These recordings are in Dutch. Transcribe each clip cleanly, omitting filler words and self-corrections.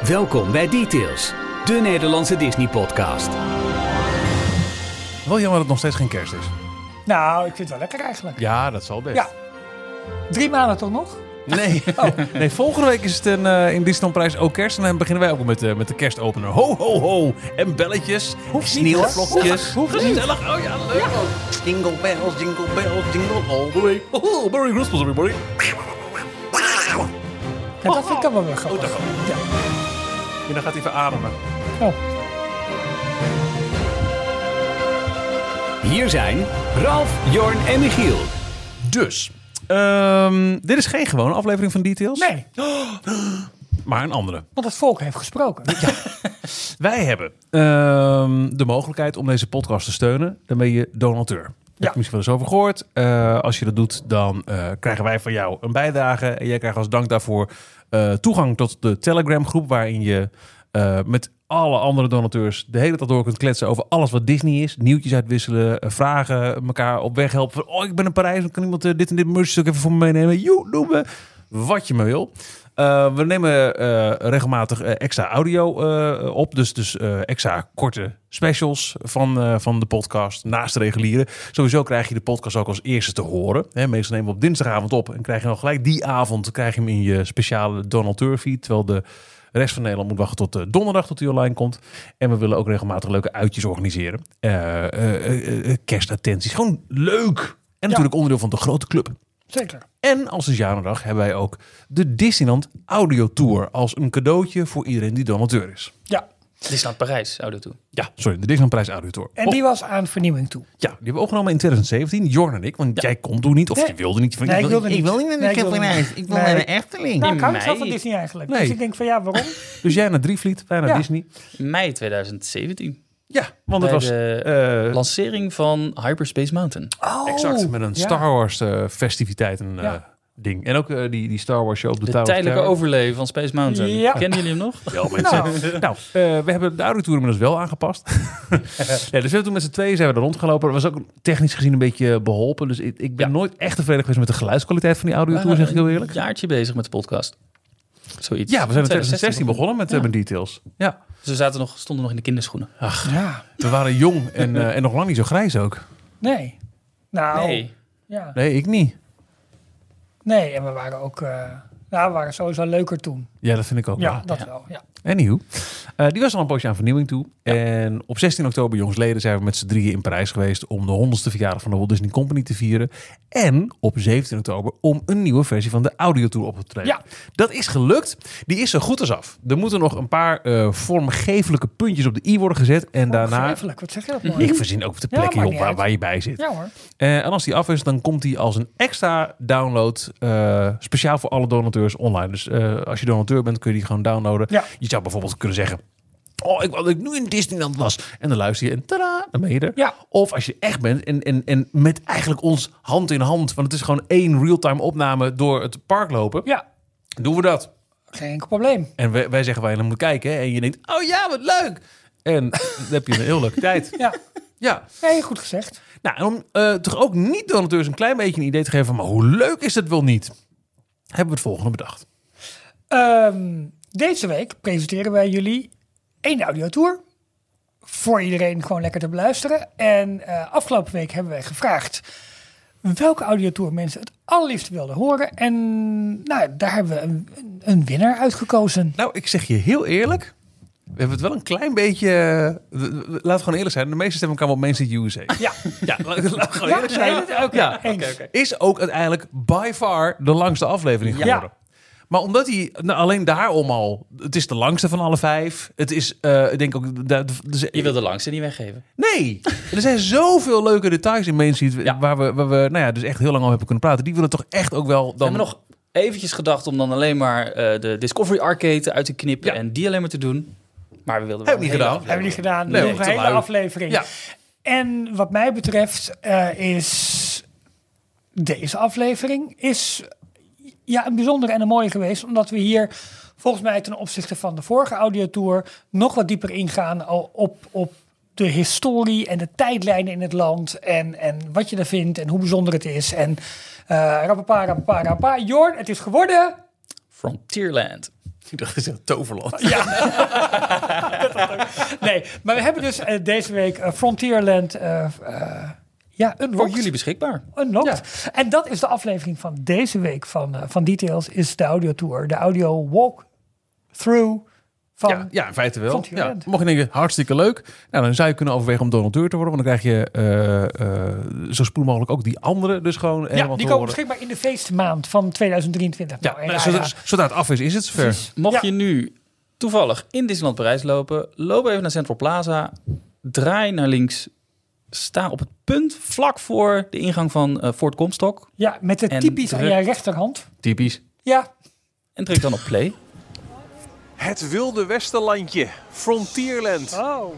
Welkom bij Details, de Nederlandse Disney-podcast. Wel jammer dat het nog steeds geen kerst is. Nou, ik vind het wel lekker eigenlijk. Ja, dat zal best. Ja. 3 maanden toch nog? Nee. Nee, volgende week is het in Disneylandprijs ook kerst. En dan beginnen wij ook met de kerstopener. Ho, ho, ho. En belletjes. Sneeuwvlokjes. Hoeft niet. Gezellig. Oh ja, leuk. Ja. Jingle bells, jingle all the way. Oh, Merry Christmas, everybody. Ja, dat vind ik dan wel weer grappig. dat gaat Ja. En dan gaat hij even ademen. Oh. Hier zijn Ralf, Jorn en Michiel. Dus, dit is geen gewone aflevering van Details. Nee, Maar een andere. want het volk heeft gesproken. Wij hebben de mogelijkheid om deze podcast te steunen. Dan ben je donateur. Heb je misschien wel eens over gehoord. Als je dat doet, dan krijgen wij van jou een bijdrage. En jij krijgt als dank daarvoor toegang tot de Telegram groep. Waarin je met alle andere donateurs de hele dag door kunt kletsen over alles wat Disney is. Nieuwtjes uitwisselen, vragen, elkaar op weg helpen. Van, ik ben in Parijs, kan iemand dit en dit merchstuk even voor me meenemen? Joe, doe me. Wat je maar wil. We nemen regelmatig extra audio op. Dus extra korte specials van de podcast naast de reguliere. Sowieso krijg je de podcast ook als eerste te horen. Meestal nemen we op dinsdagavond op. En krijg je dan gelijk die avond krijg je hem in je speciale donateurfeed. Terwijl de rest van Nederland moet wachten tot donderdag tot hij online komt. En we willen ook regelmatig leuke uitjes organiseren. Kerstattenties. Gewoon leuk. En natuurlijk onderdeel van de grote club. Zeker. En als Januardag hebben wij ook de Disneyland Audio Tour als een cadeautje voor iedereen die donateur is. Ja. Disneyland Parijs, audio toe. Ja, sorry, de Disneyland Prijs Audio Tour. En die was aan vernieuwing toe. Ja, die hebben we opgenomen in 2017, Jorn en ik. Want jij kon toen niet, of je wilde niet. Nee, ik wilde niet. Ik wil niet naar de Efteling. Ik wil naar de Efteling. Nou, ik hou niet zo mei. van Disney eigenlijk. Nee. Dus ik denk van ja, waarom? Dus jij naar Drievliet, wij naar Ja. Disney. Mei 2017. Ja, want het Bij was de lancering van Hyperspace Mountain. Oh, exact met een ja. Star Wars festiviteit en Ja. ding. En ook die Star Wars show op de De Tower of tijdelijke Terror. overleven van Space Mountain. Ja. Kennen jullie hem nog? Wel mensen. Nou, we hebben de Audio Tour inmiddels wel aangepast. Ja, dus we hebben toen met z'n tweeën zijn we er rondgelopen. Dat was ook technisch gezien een beetje beholpen. Dus ik ben nooit echt tevreden geweest met de geluidskwaliteit van die Audio Tour, zeg ik heel eerlijk. Een jaartje bezig met de podcast. Zoiets. Ja, we zijn in 2016 begonnen met Details. Ja. Dus we stonden nog in de kinderschoenen. Ja. We waren jong en nog lang niet zo grijs ook. Nee. Nou, Nee. ja. Nee, ik niet. Nee, en we waren ook... we waren sowieso leuker toen. Ja, dat vind ik ook Ja, wel. dat wel. Ja. Anywho, die was al een poosje aan vernieuwing toe. Ja. En op 16 oktober, jongsleden, zijn we met z'n drieën in Parijs geweest om de 100ste verjaardag van de Walt Disney Company te vieren. En op 17 oktober om een nieuwe versie van de Audio Tour op te treden. Ja. Dat is gelukt. Die is zo goed als af. Er moeten nog een paar vormgevelijke puntjes op de i worden gezet. En daarna... Ongeeflijk, wat zeg je dat mooi? Ik verzin ook de Ja, plekken maakt op niet uit. waar je bij zit. Ja hoor. En als die af is, dan komt die als een extra download speciaal voor alle donateurs online. Dus als je donateur bent, kun je die gewoon downloaden. Ja. Je zou bijvoorbeeld kunnen zeggen... ik wou dat ik nu in Disneyland was. En dan luister je en tada, dan ben je er. Ja. Of als je echt bent en met eigenlijk ons hand in hand... want het is gewoon 1 real-time opname door het park lopen... Ja, doen we dat. geen enkel probleem. En wij zeggen waar je naar moet kijken. En je denkt, oh ja, wat leuk. En dan heb je een heel leuke tijd. Ja, Ja. nee, goed gezegd. Nou, en om toch ook niet-donateurs een klein beetje een idee te geven... van, maar hoe leuk is het wel niet? Hebben we het volgende bedacht. Deze week presenteren wij jullie 1 audiotour. Voor iedereen gewoon lekker te beluisteren. En afgelopen week hebben wij gevraagd welke audiotour mensen het allerliefst wilden horen. En nou, daar hebben we een winnaar uitgekozen. Nou, ik zeg je heel eerlijk... we hebben het wel een klein beetje... laten we gewoon eerlijk zijn. De meeste stemmen kwamen op Main Street USA. Ja, Ja, laten we gewoon eerlijk zijn. Oké, Ja. eens. Is ook uiteindelijk by far de langste aflevering geworden. Ja. Maar omdat hij alleen daarom al... Het is de langste van alle 5. Het is, ik denk ook... Je wil de langste niet weggeven. Nee, er zijn zoveel leuke details in Main Street... Ja. waar we nou ja, dus echt heel lang over hebben kunnen praten. Die willen toch echt ook wel... We Dan... hebben nog eventjes gedacht om dan alleen maar de Discovery Arcade uit te knippen... Ja. en die alleen maar te doen. Maar we wilden wel Hebben we niet gedaan. Hebben we niet gedaan. Nee, Nog een te hele lui. aflevering. Ja. En wat mij betreft is deze aflevering een bijzondere en een mooie geweest. Omdat we hier volgens mij ten opzichte van de vorige audiotour nog wat dieper ingaan op de historie en de tijdlijnen in het land. En wat je er vindt en hoe bijzonder het is. En rapapa. Jorn, het is geworden... Frontierland. Ik dacht, het is een toverland. Nee, maar we hebben dus deze week Frontierland Voor unlocked. jullie beschikbaar. Unlocked. En dat is de aflevering van deze week van Details, is de audiotour. De audio walkthrough van... Ja, in feite wel. Frontierland. Mocht je denken, hartstikke leuk. Nou, dan zou je kunnen overwegen om donateur te worden. Want dan krijg je zo spoedig mogelijk ook die andere. Dus gewoon helemaal die te komen horen. beschikbaar in de feestmaand van 2023. Ja, Nou, zodra het af is het zover. Precies. Mocht Ja. je nu toevallig in Disneyland Parijs lopen, loop even naar Central Plaza, draai naar links, sta op het punt vlak voor de ingang van Fort Comstock Ja, met de En typisch aan druk- je rechterhand. Typisch. Ja, en druk dan op play. Het Wilde Westenlandje, Frontierland. oh.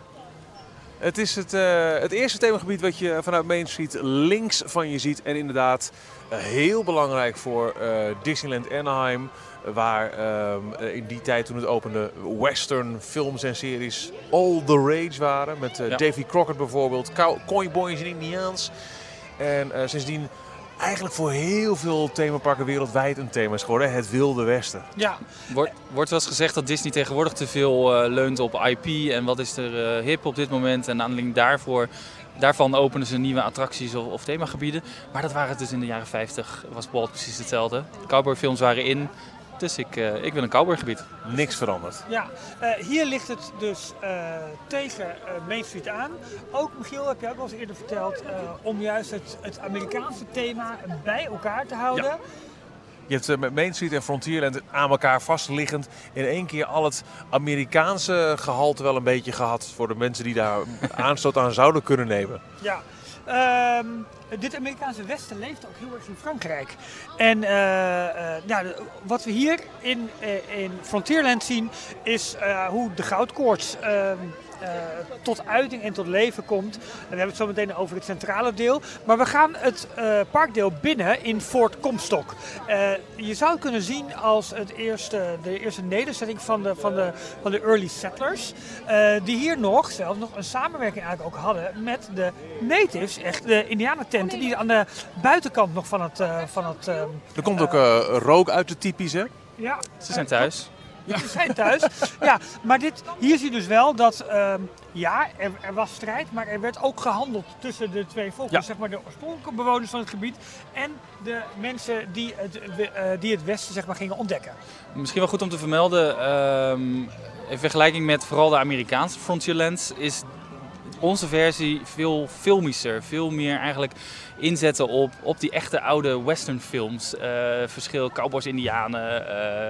Het is het eerste themagebied wat je vanuit Main Street links van je ziet. En inderdaad heel belangrijk voor Disneyland Anaheim. Waar in die tijd toen het opende western films en series all the rage waren. Met Davy Crockett bijvoorbeeld, Cowboys en Indiaans. En sindsdien eigenlijk voor heel veel themaparken wereldwijd een thema is geworden. Het Wilde Westen. Ja, Wordt wel eens gezegd dat Disney tegenwoordig te veel leunt op IP en wat is er hip op dit moment. En aanleiding daarvan openen ze nieuwe attracties of themagebieden. Maar dat waren het dus in de jaren 50, was Walt precies hetzelfde. Cowboyfilms waren in, dus ik wil een cowboygebied. Niks veranderd. ja. Hier ligt het dus tegen Main Street aan. Ook, Michiel, heb je ook al eens eerder verteld, om juist het Amerikaanse thema bij elkaar te houden. Ja. Je hebt met Main Street en Frontierland aan elkaar vastliggend in één keer al het Amerikaanse gehalte wel een beetje gehad. Voor de mensen die daar aanstoot aan zouden kunnen nemen. Ja. Dit Amerikaanse Westen leeft ook heel erg in Frankrijk. En wat we hier in Frontierland zien is hoe de goudkoorts tot uiting en tot leven komt. En we hebben het zo meteen over het centrale deel. Maar we gaan het parkdeel binnen in Fort Comstock. Je zou het kunnen zien als de eerste nederzetting van de early settlers. Die hier zelfs nog een samenwerking eigenlijk ook hadden met de natives. Echt de indianententen die aan de buitenkant nog van het Er komt ook rook uit de typisch, hè? ja, Ze zijn thuis. Ja, ze zijn thuis. Ja, maar hier zie je dus wel dat er was strijd, maar er werd ook gehandeld tussen de twee volken. Ja. Zeg maar de oorspronkelijke bewoners van het gebied en de mensen die het Westen zeg maar gingen ontdekken. Misschien wel goed om te vermelden, in vergelijking met vooral de Amerikaanse Frontierlands is onze versie veel filmischer. Veel meer eigenlijk inzetten op die echte oude westernfilms. Verschil Cowboys, Indianen,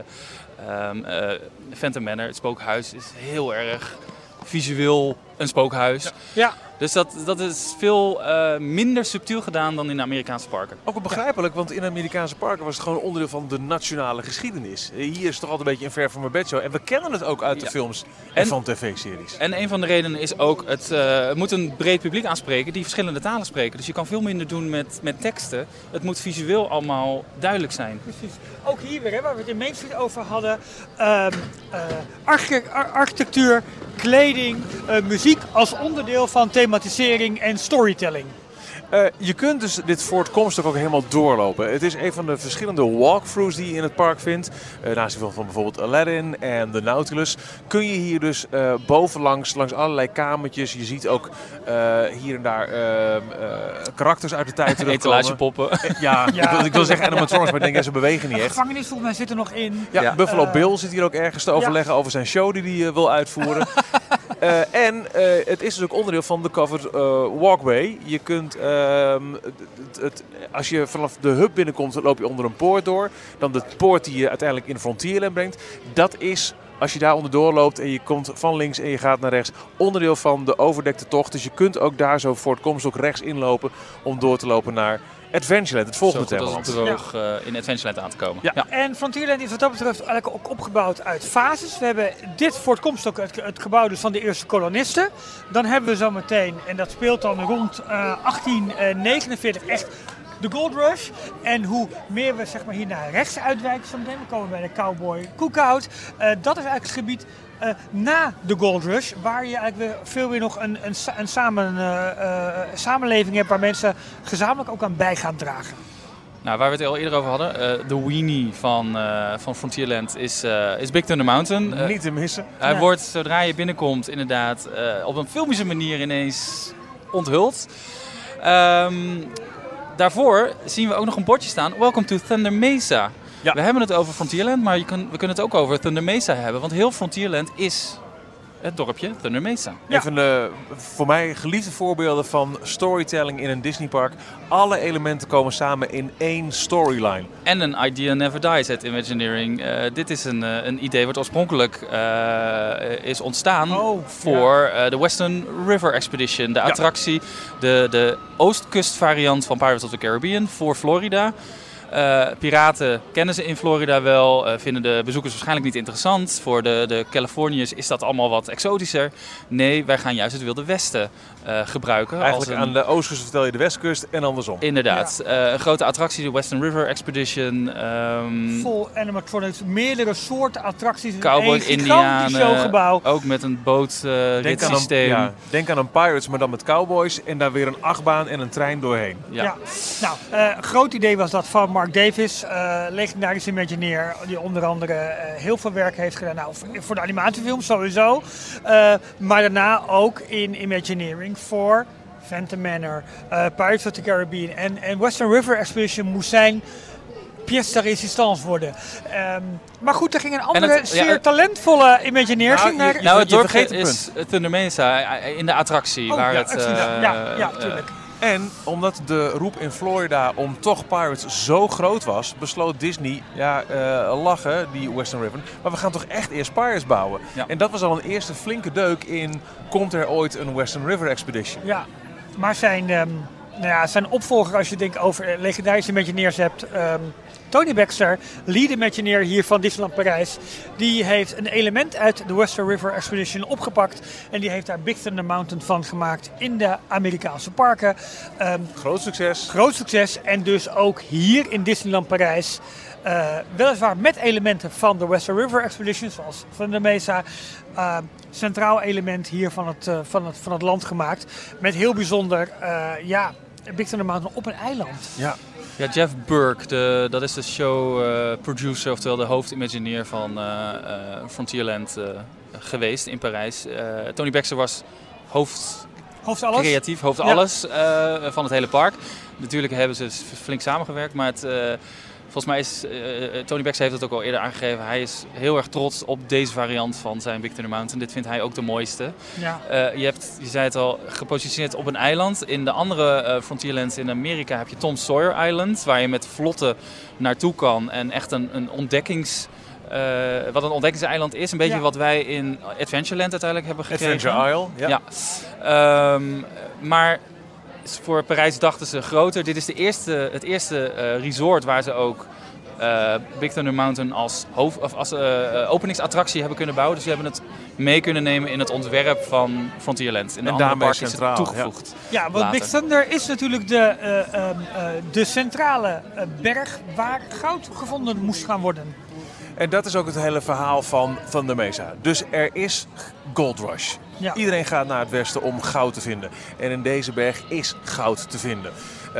Phantom Manor, het spookhuis is heel erg visueel een spookhuis. Ja. Dus dat is veel minder subtiel gedaan dan in de Amerikaanse parken. Ook wel begrijpelijk, want in de Amerikaanse parken was het gewoon onderdeel van de nationale geschiedenis. Hier is het toch altijd een beetje een ver van mijn bedshow. En we kennen het ook uit de films en van tv-series. En een van de redenen is ook, het moet een breed publiek aanspreken die verschillende talen spreken. Dus je kan veel minder doen met teksten. Het moet visueel allemaal duidelijk zijn. Precies. Ook hier weer, waar we het in Main Street over hadden. Architectuur, kleding, muziek als onderdeel van thematisering en storytelling. Je kunt dus dit Fort Comstock ook helemaal doorlopen. Het is een van de verschillende walkthroughs die je in het park vindt. Naast die van bijvoorbeeld Aladdin en de Nautilus kun je hier dus bovenlangs langs allerlei kamertjes. Je ziet ook hier en daar karakters uit de tijd terugkomen. Etalagepoppen. Ja, ik wil zeggen animatronics, maar ik denk ze bewegen niet De echt. gevangenis volgens mij zit er nog in. Ja, Buffalo Bill zit hier ook ergens te overleggen over zijn show die hij wil uitvoeren. Het is dus ook onderdeel van de covered walkway. Je kunt, als je vanaf de hub binnenkomt, dan loop je onder een poort door. Dan de poort die je uiteindelijk in Frontierland brengt. Dat is, als je daar onderdoor loopt en je komt van links en je gaat naar rechts, onderdeel van de overdekte tocht. Dus je kunt ook daar zo Fort Comstock rechts inlopen om door te lopen naar Adventureland, het volgende Zo goed als themaland. het droog in Adventureland aan te komen. Ja. En Frontierland is wat dat betreft eigenlijk ook opgebouwd uit fases. We hebben dit Fort Comstock, het gebouw dus van de eerste kolonisten. Dan hebben we zo meteen, en dat speelt dan rond 1849, echt de Gold Rush. En hoe meer we zeg maar, hier naar rechts uitwijken zo meteen, we komen bij de Cowboy Cookout. Dat is eigenlijk het gebied na de Gold Rush, waar je eigenlijk veel weer nog een samenleving hebt waar mensen gezamenlijk ook aan bij gaan dragen. Nou, waar we het al eerder over hadden, de weenie van Frontierland is Big Thunder Mountain. Niet te missen. Hij wordt, zodra je binnenkomt, inderdaad op een filmische manier ineens onthuld. Daarvoor zien we ook nog een bordje staan, Welcome to Thunder Mesa. Ja. We hebben het over Frontierland, maar we kunnen het ook over Thunder Mesa hebben. Want heel Frontierland is het dorpje Thunder Mesa. Ja. Een van de voor mij geliefde voorbeelden van storytelling in een Disneypark. Alle elementen komen samen in één storyline. En een idea never dies at Imagineering. Dit is een idee wat oorspronkelijk is ontstaan voor de Western River Expedition. De attractie, de oostkustvariant van Pirates of the Caribbean voor Florida. Piraten kennen ze in Florida wel, vinden de bezoekers waarschijnlijk niet interessant. Voor de Californiërs is dat allemaal wat exotischer. Nee, wij gaan juist het Wilde Westen gebruiken. Eigenlijk aan de oostkust vertel je de westkust en andersom. Inderdaad. Een grote attractie, de Western River Expedition. Vol animatronics, meerdere soorten attracties. Cowboys, een gigantisch showgebouw. Ook met een bootritsysteem. Denk aan een Pirates, maar dan met cowboys. En daar weer een achtbaan en een trein doorheen. Ja. Nou, een groot idee was dat van Mark Davis, legendarische Imagineer, die onder andere heel veel werk heeft gedaan. Nou, voor de animatiefilm sowieso. Maar daarna ook in Imagineering voor Phantom Manor, Pirates of the Caribbean en Western River Expedition moest zijn pièce de résistance worden. Maar goed, er ging een andere zeer talentvolle Imagineer. Het dorpje is Thunder Mesa in de attractie. Tuurlijk. En omdat de roep in Florida om toch Pirates zo groot was, besloot Disney, lachen, die Western River, maar we gaan toch echt eerst Pirates bouwen. Ja. En dat was al een eerste flinke deuk in, komt er ooit een Western River Expedition? Ja, maar zijn opvolger, als je denkt over legendarische Imagineers hebt, Tony Baxter, lead Imagineer hier van Disneyland Parijs, die heeft een element uit de Western River Expedition opgepakt en die heeft daar Big Thunder Mountain van gemaakt in de Amerikaanse parken. Groot succes. Groot succes en dus ook hier in Disneyland Parijs. Weliswaar met elementen van de Western River Expedition, zoals Thunder Mesa. Centraal element hier van het land gemaakt. Met heel bijzonder, Big Thunder Mountain op een eiland. Ja. Ja, Jeff Burke, dat is de show producer, oftewel de hoofdimagineer van Frontierland geweest in Parijs. Tony Baxter was hoofd alles? Creatief, alles van het hele park. Natuurlijk hebben ze flink samengewerkt, maar volgens mij is Tony Baxter heeft het ook al eerder aangegeven. Hij is heel erg trots op deze variant van zijn Big Thunder Mountain. Dit vindt hij ook de mooiste. Ja. Je zei het al, gepositioneerd op een eiland. In de andere Frontierlands in Amerika heb je Tom Sawyer Island, waar je met vlotten naartoe kan en echt een wat een ontdekkingseiland is. Een beetje wat wij in Adventureland uiteindelijk hebben gekregen. Adventure Isle, ja. Maar voor Parijs dachten ze groter. Dit is het eerste resort waar ze ook Big Thunder Mountain als openingsattractie hebben kunnen bouwen. Dus ze hebben het mee kunnen nemen in het ontwerp van Frontierland. In de andere parken is het toegevoegd. Ja, want Big Thunder is natuurlijk de centrale berg waar goud gevonden moest gaan worden. En dat is ook het hele verhaal van Thunder Mesa. Dus er is Gold Rush. Ja. Iedereen gaat naar het westen om goud te vinden. En in deze berg is goud te vinden.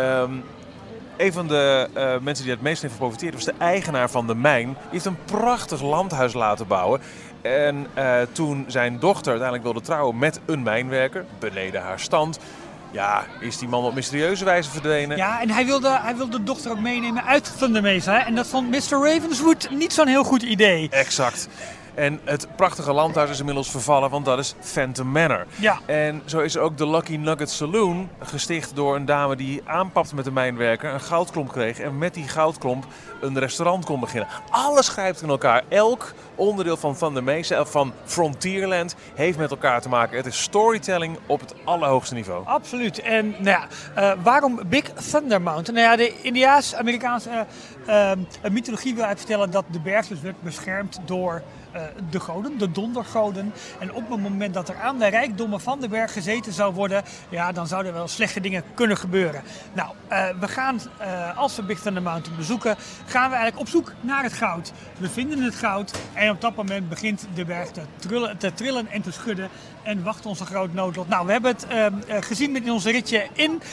Een van de mensen die het meest heeft geprofiteerd was de eigenaar van de mijn. Die heeft een prachtig landhuis laten bouwen. En toen zijn dochter uiteindelijk wilde trouwen met een mijnwerker, beneden haar stand, is die man op mysterieuze wijze verdwenen. Ja, en hij wilde de dochter ook meenemen uit Thunder Mesa. En dat vond Mr. Ravenswood niet zo'n heel goed idee. Exact. En het prachtige landhuis is inmiddels vervallen, want dat is Phantom Manor. Ja. En zo is er ook de Lucky Nugget Saloon, gesticht door een dame die aanpapte met de mijnwerker, een goudklomp kreeg en met die goudklomp een restaurant kon beginnen. Alles grijpt in elkaar. Elk onderdeel van Thunder Mesa, van Frontierland, heeft met elkaar te maken. Het is storytelling op het allerhoogste niveau. Absoluut. En waarom Big Thunder Mountain? De Indiaas-Amerikaanse mythologie wil uitvertellen dat de berg dus werd beschermd door de goden, de dondergoden. En op het moment dat er aan de rijkdommen van de berg gezeten zou worden, dan zouden er wel slechte dingen kunnen gebeuren. Nou, we gaan, als we Big Thunder Mountain bezoeken, gaan we eigenlijk op zoek naar het goud. We vinden het goud en op dat moment begint de berg te trillen en te schudden en wacht onze groot noodlot. Nou, we hebben het gezien met onze ritje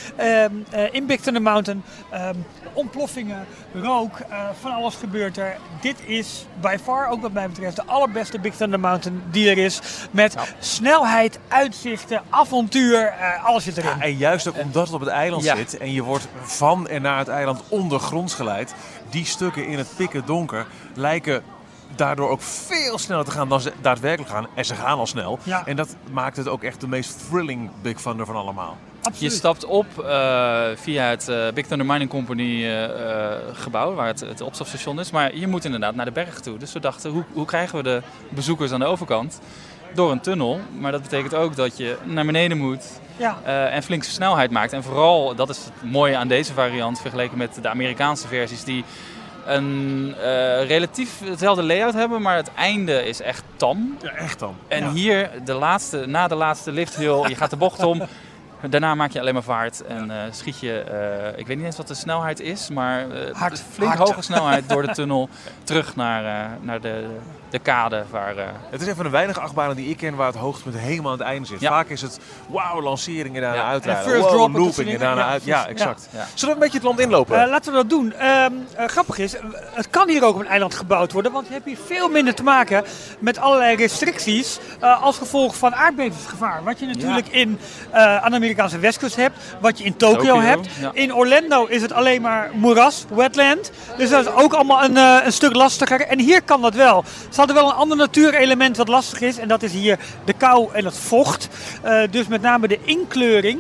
in Big Thunder Mountain. Ontploffingen, rook, van alles gebeurt er. Dit is by far, ook wat mij betreft, de allerbeste Big Thunder Mountain die er is. Met snelheid, uitzichten, avontuur, alles zit erin. Ja, en juist ook omdat het op het eiland zit en je wordt van en naar het eiland ondergronds geleid. Die stukken in het pikken donker lijken daardoor ook veel sneller te gaan dan ze daadwerkelijk gaan. En ze gaan al snel. Ja. En dat maakt het ook echt de meest thrilling Big Thunder van allemaal. Absoluut. Je stapt op via het Big Thunder Mining Company gebouw, waar het opstapstation is. Maar je moet inderdaad naar de berg toe. Dus we dachten, hoe krijgen we de bezoekers aan de overkant? Door een tunnel. Maar dat betekent ook dat je naar beneden moet en flink snelheid maakt. En vooral, dat is het mooie aan deze variant vergeleken met de Amerikaanse versies, die een relatief hetzelfde layout hebben, maar het einde is echt tam. Ja, echt tam. En hier, na de laatste lifthill, je gaat de bocht om. Daarna maak je alleen maar vaart en schiet je, ik weet niet eens wat de snelheid is, maar flink hoge snelheid door de tunnel terug naar de kade. Het is een van de weinige achtbanen die ik ken waar het hoogtepunt helemaal aan het einde zit. Ja. Vaak is het lancering en daarna uitrijden. Looping en daarna uit. Ja, exact. Ja. Zullen we een beetje het land inlopen? Laten we dat doen. Grappig is, het kan hier ook op een eiland gebouwd worden, want je hebt hier veel minder te maken met allerlei restricties als gevolg van aardbevingsgevaar. Wat je natuurlijk aan de Amerikaanse westkust hebt, wat je in Tokio hebt. Ja. In Orlando is het alleen maar moeras, wetland. Dus dat is ook allemaal een stuk lastiger. En hier kan dat wel. Ze hadden wel een ander natuurelement wat lastig is. En dat is hier de kou en het vocht. Dus met name de inkleuring.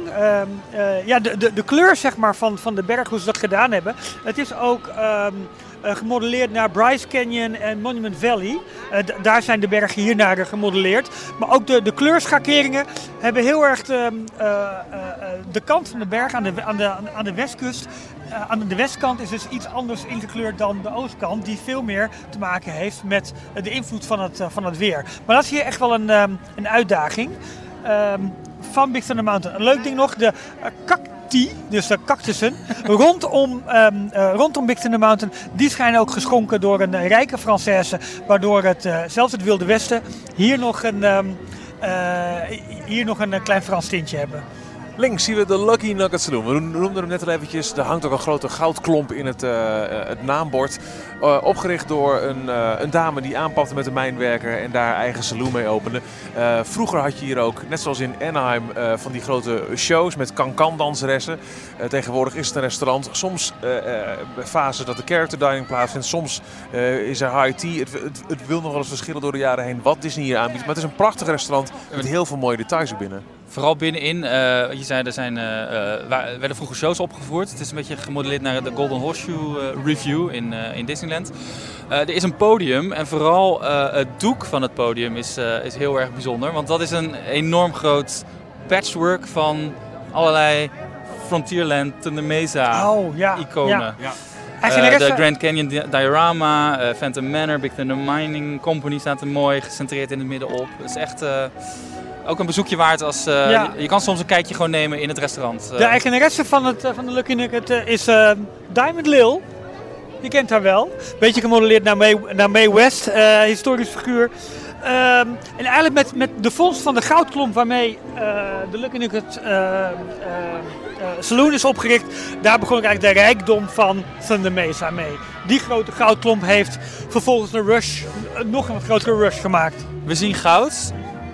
De kleur zeg maar, van de berg, hoe ze dat gedaan hebben. Het is ook gemodelleerd naar Bryce Canyon en Monument Valley. Daar zijn de bergen hier naar gemodelleerd. Maar ook de kleurschakeringen hebben heel erg de kant van de berg aan de westkust. Aan de westkant is dus iets anders ingekleurd dan de oostkant, die veel meer te maken heeft met de invloed van het weer. Maar dat is hier echt wel een uitdaging. Van Big Thunder Mountain. Een leuk ding nog, de cacti, dus de cactussen, rondom Big Thunder Mountain, die schijnen ook geschonken door een rijke Française, waardoor zelfs het Wilde Westen hier nog een klein Frans tintje hebben. Links zien we de Lucky Nugget Saloon. We noemden hem net al eventjes. Er hangt ook een grote goudklomp in het naambord. Opgericht door een dame die aanpapte met een mijnwerker en daar eigen saloon mee opende. Vroeger had je hier ook, net zoals in Anaheim, van die grote shows met can-can-danseressen. Tegenwoordig is het een restaurant. Soms fases dat de character dining plaatsvindt. Soms is er high tea. Het wil nog wel eens verschillen door de jaren heen wat Disney hier aanbiedt. Maar het is een prachtig restaurant met heel veel mooie details ook binnen. Vooral binnenin, je zei er werden vroeger shows opgevoerd. Het is een beetje gemodelleerd naar de Golden Horseshoe Review in Disneyland. Er is een podium en vooral het doek van het podium is heel erg bijzonder. Want dat is een enorm groot patchwork van allerlei Frontierland, Thunder Mesa iconen. Ja. De Grand Canyon diorama, Phantom Manor, Big Thunder Mining Company staat er mooi gecentreerd in het midden op. Het is echt ook een bezoekje waard. Je kan soms een kijkje gewoon nemen in het restaurant. De eigenaresse van de Lucky Nugget is Diamond Lil. Je kent haar wel. Beetje gemodelleerd naar Mae West, historisch figuur. En eigenlijk met de vondst van de goudklomp waarmee de Lucky Nugget Saloon is opgericht, daar begon eigenlijk de rijkdom van Thunder Mesa mee. Die grote goudklomp heeft vervolgens nog een wat grotere rush gemaakt. We zien goud.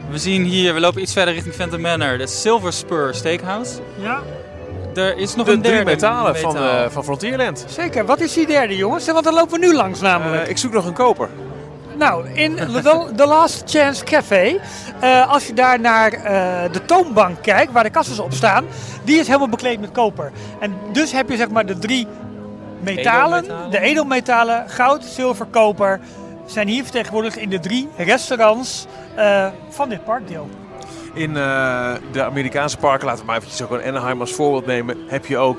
We lopen iets verder richting Phantom Manor, de Silver Spur Steakhouse. Ja. Er is nog een derde 3 metalen van Frontierland. Zeker, wat is die derde, jongens? Want daar lopen we nu langs namelijk. Ik zoek nog een koper. Nou, in The Last Chance Café, als je daar naar de toonbank kijkt, waar de kassen op staan, die is helemaal bekleed met koper. En dus heb je zeg maar de 3 metalen, de edelmetalen, goud, zilver, koper, zijn hier vertegenwoordigd in de 3 restaurants van dit parkdeel. In de Amerikaanse parken, laten we maar eventjes ook een Anaheim als voorbeeld nemen, heb je ook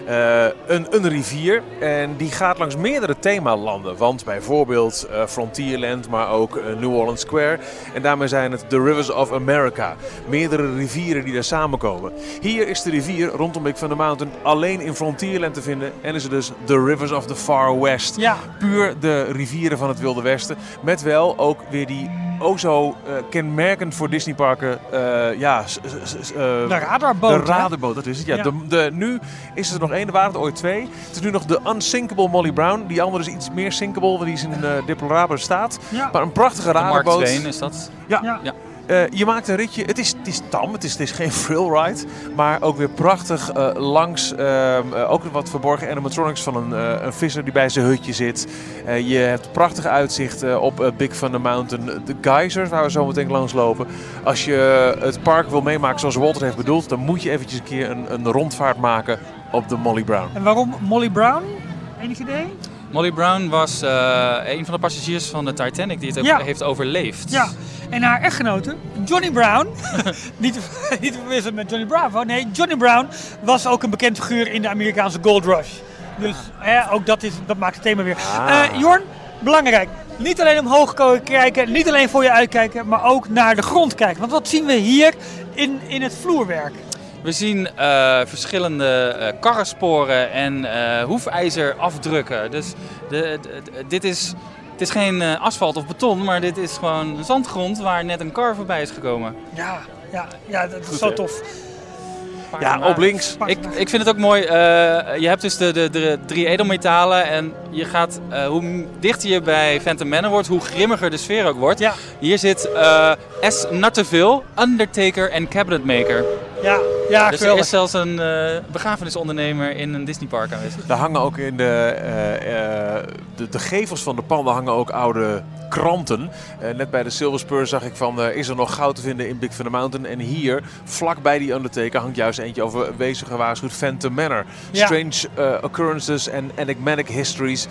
een rivier. En die gaat langs meerdere themalanden. Want bijvoorbeeld Frontierland, maar ook New Orleans Square. En daarmee zijn het The Rivers of America. Meerdere rivieren die daar samenkomen. Hier is de rivier rondom Big Thunder Mountain alleen in Frontierland te vinden. En is het dus The Rivers of the Far West. Ja. Puur de rivieren van het Wilde Westen. Met wel ook weer die zo kenmerkend voor Disneyparken. De radarboot. De radarboot, dat is het. Ja. Nu is er nog één, er waren er ooit twee. Het is nu nog de Unsinkable Molly Brown. Die andere is iets meer sinkable, want die is in deplorabele staat. Ja. Maar een prachtige radarboot. Mark Twain is dat. Ja. Je maakt een ritje. Het is tam, het is geen thrill ride. Maar ook weer prachtig langs. Ook wat verborgen animatronics van een visser die bij zijn hutje zit. Je hebt prachtige uitzichten op Big Thunder Mountain. De geysers waar we zo meteen langs lopen. Als je het park wil meemaken zoals Walter heeft bedoeld. Dan moet je eventjes een keer een rondvaart maken op de Molly Brown. En waarom Molly Brown? Enig idee? Molly Brown was een van de passagiers van de Titanic die het ook heeft overleefd. Ja, en haar echtgenote, Johnny Brown, niet te verwisselen met Johnny Bravo, nee, Johnny Brown was ook een bekend figuur in de Amerikaanse Gold Rush. Dus ook dat maakt het thema weer. Jorn, belangrijk, niet alleen omhoog kijken, niet alleen voor je uitkijken, maar ook naar de grond kijken. Want wat zien we hier in het vloerwerk? We zien verschillende karrensporen en hoefijzerafdrukken. Dus het is geen asfalt of beton, maar dit is gewoon zandgrond waar net een kar voorbij is gekomen. Ja, dat is zo tof. Ja, op links. Ik vind het ook mooi. Je hebt dus de 3 edelmetalen en je gaat, hoe dichter je bij Phantom Manor wordt, hoe grimmiger de sfeer ook wordt. Ja. Hier zit S. Nutteville, Undertaker en Cabinetmaker. Ja, dus er is zelfs een begrafenisondernemer in een Disneypark aanwezig. Daar hangen ook in de gevels van de panden hangen ook oude kranten. Net bij de Silver Spur zag ik van, is er nog goud te vinden in Big Thunder Mountain? En hier, vlak bij die Undertaker, hangt juist eentje over wezen gewaarschuwd Phantom Manor. Ja. Strange occurrences and enigmatic histories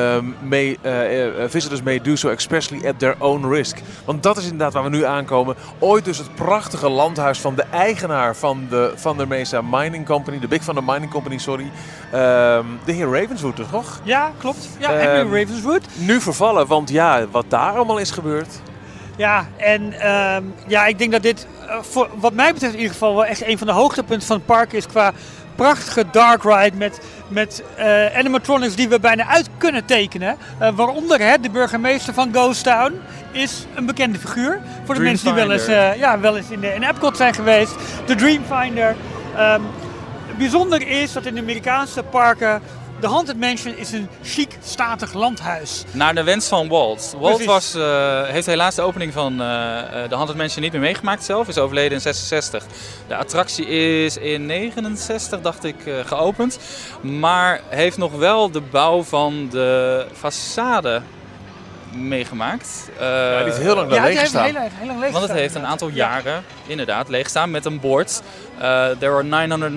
visitors may do so expressly at their own risk. Want dat is inderdaad waar we nu aankomen. Ooit dus het prachtige landhuis van de eigenaar van de Van der Mesa Mining Company, de Big Thunder Mining Company, sorry. De heer Ravenswood, toch? Ja, klopt. Ja, Henry Ravenswood. Nu vervallen, want wat daar allemaal is gebeurd. Ja, en ik denk dat dit, wat mij betreft in ieder geval, wel echt een van de hoogtepunten van het park is qua prachtige dark ride met animatronics die we bijna uit kunnen tekenen. Waaronder de burgemeester van Ghost Town is een bekende figuur. Voor de mensen die wel eens in Epcot zijn geweest. De Dreamfinder. Bijzonder is dat in de Amerikaanse parken de Haunted Mansion is een chic, statig landhuis. Naar de wens van Walt. Walt heeft helaas de opening van de Haunted Mansion niet meer meegemaakt zelf. Is overleden in 66. De attractie is in 69, dacht ik, geopend. Maar heeft nog wel de bouw van de façade meegemaakt. Die heeft heel lang leeg gestaan. Heel lang leeg Want het heeft een aantal jaren inderdaad leeg gestaan met een bord. There are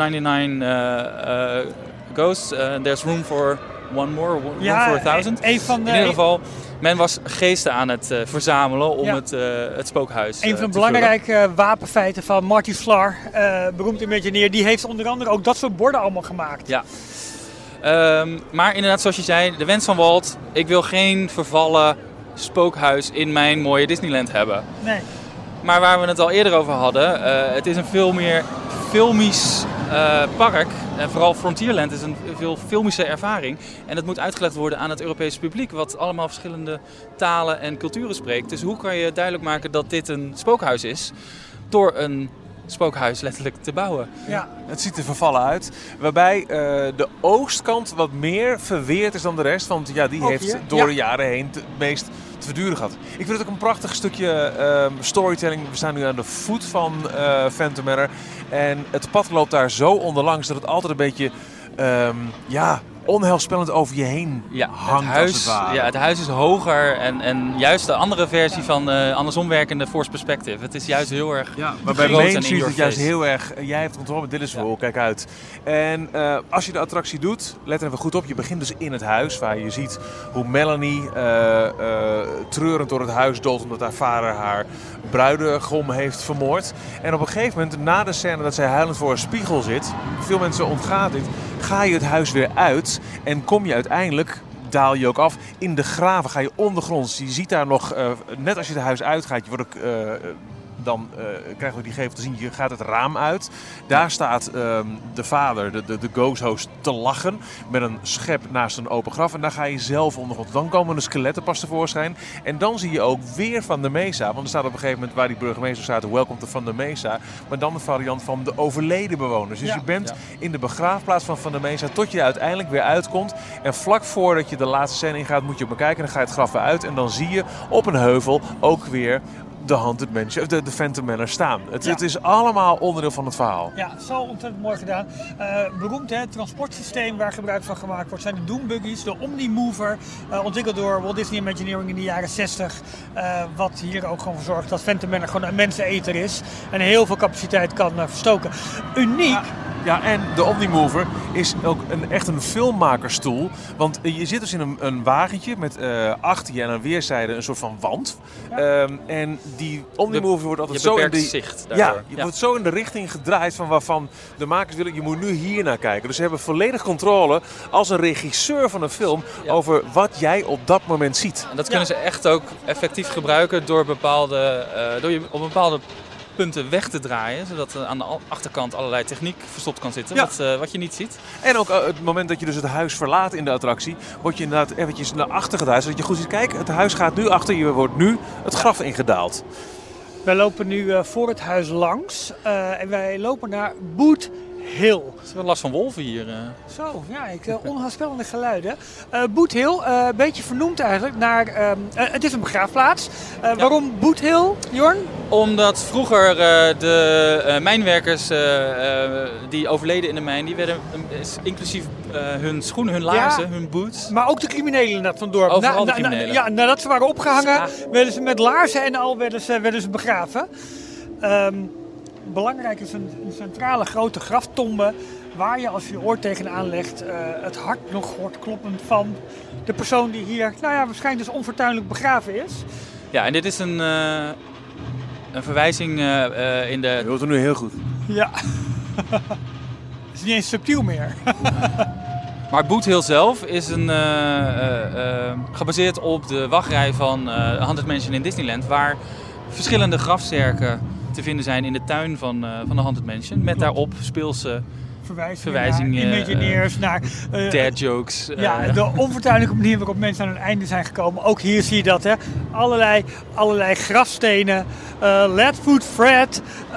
999 ghosts. There's room for one more, room for 1000. In ieder geval, men was geesten aan het verzamelen om het spookhuis een van de belangrijke wapenfeiten van Marty Sklar, beroemd Imagineer, die heeft onder andere ook dat soort borden allemaal gemaakt. Ja. Maar inderdaad, zoals je zei, de wens van Walt, ik wil geen vervallen spookhuis in mijn mooie Disneyland hebben. Nee. Maar waar we het al eerder over hadden, het is een veel meer filmisch park. En vooral Frontierland is een veel filmische ervaring. En het moet uitgelegd worden aan het Europese publiek, wat allemaal verschillende talen en culturen spreekt. Dus hoe kan je duidelijk maken dat dit een spookhuis is door een spookhuis letterlijk te bouwen? Ja. Het ziet er vervallen uit. Waarbij de oostkant wat meer verweerd is dan de rest. Want die heeft door de jaren heen het meest te verduren gehad. Ik vind het ook een prachtig stukje storytelling. We staan nu aan de voet van Phantom Manor. En het pad loopt daar zo onderlangs dat het altijd een beetje onheilspellend over je heen hangt. Het huis is hoger en juist de andere versie van andersom werkende Force Perspective. Het is juist heel erg maar bij Main Street is het juist heel erg, jij hebt controle met Dillisville, kijk uit. En als je de attractie doet, let er even goed op, je begint dus in het huis waar je ziet hoe Melanie treurend door het huis dolt omdat haar vader haar bruidegom heeft vermoord. En op een gegeven moment, na de scène dat zij huilend voor een spiegel zit, veel mensen ontgaat dit, ga je het huis weer uit en kom je uiteindelijk... daal je ook af in de graven, ga je ondergronds. Je ziet daar nog, net als je het huis uitgaat, je wordt ook... dan krijgen we die gevel te zien, je gaat het raam uit. Daar staat de vader, de ghost host, te lachen met een schep naast een open graf. En daar ga je zelf ondergrond. Dan komen de skeletten pas tevoorschijn. En dan zie je ook weer Van der Mesa. Want er staat op een gegeven moment waar die burgemeester staat, welcome to Van der Mesa. Maar dan de variant van de overleden bewoners. Dus je bent in de begraafplaats van der Mesa tot je er uiteindelijk weer uitkomt. En vlak voordat je de laatste scène ingaat, moet je op me kijken. En dan ga je het graf weer uit. En dan zie je op een heuvel ook weer de Haunted Mansion, de Phantom Manor staan. Het is allemaal onderdeel van het verhaal. Ja, zo ontzettend mooi gedaan. Beroemd, het transportsysteem waar gebruik van gemaakt wordt zijn de Doombuggies, de Omnimover, ontwikkeld door Walt Disney Imagineering in de jaren 60. Wat hier ook gewoon voor zorgt dat Phantom Manor gewoon een menseneter is en heel veel capaciteit kan verstoken. Uniek. Ja, en de Omnimover is ook echt een filmmakerstoel. Want je zit dus in een wagentje met achter je en aan weerszijden een soort van wand. En die Omnimover wordt altijd zo in de zicht daardoor. Wordt zo in de richting gedraaid van waarvan de makers willen, je moet nu hier naar kijken. Dus ze hebben volledig controle als een regisseur van een film over wat jij op dat moment ziet. En dat kunnen ze echt ook effectief gebruiken door door je op bepaalde punten weg te draaien, zodat aan de achterkant allerlei techniek verstopt kan zitten, wat je niet ziet. En ook het moment dat je dus het huis verlaat in de attractie, word je inderdaad eventjes naar achter gedraaid, zodat je goed ziet, kijk, het huis gaat nu achter je, wordt nu het graf ingedaald. Wij lopen nu voor het huis langs en wij lopen naar Boot Hill. Het is wel last van wolven hier. Zo, ja, onheilspellende geluiden. Boot Hill, een beetje vernoemd eigenlijk naar... het is een begraafplaats. Waarom Boot Hill, Jorn? Omdat vroeger de mijnwerkers die overleden in de mijn, die werden inclusief hun schoenen, hun laarzen, hun boots. Maar ook de criminelen van het dorp. Overal de criminelen. Nadat ze waren opgehangen, werden ze met laarzen en al werden ze begraven. Belangrijk is een centrale grote graftombe waar je als je oor tegenaan legt het hart nog hoort kloppen van de persoon die hier waarschijnlijk dus onfortuinlijk begraven is. Ja, en dit is een verwijzing in de... Je hoort er nu heel goed. Ja. Het is niet eens subtiel meer. Maar Boot Hill zelf is gebaseerd op de wachtrij van Haunted Mansion in Disneyland, waar verschillende grafzerken te vinden zijn in de tuin van de Haunted Mansion. Met daarop speelse verwijzingen naar Imagineers, naar dad jokes. De onfortuinlijke manier waarop mensen aan hun einde zijn gekomen. Ook hier zie je dat, hè. Allerlei grafstenen. Leadfoot Fred.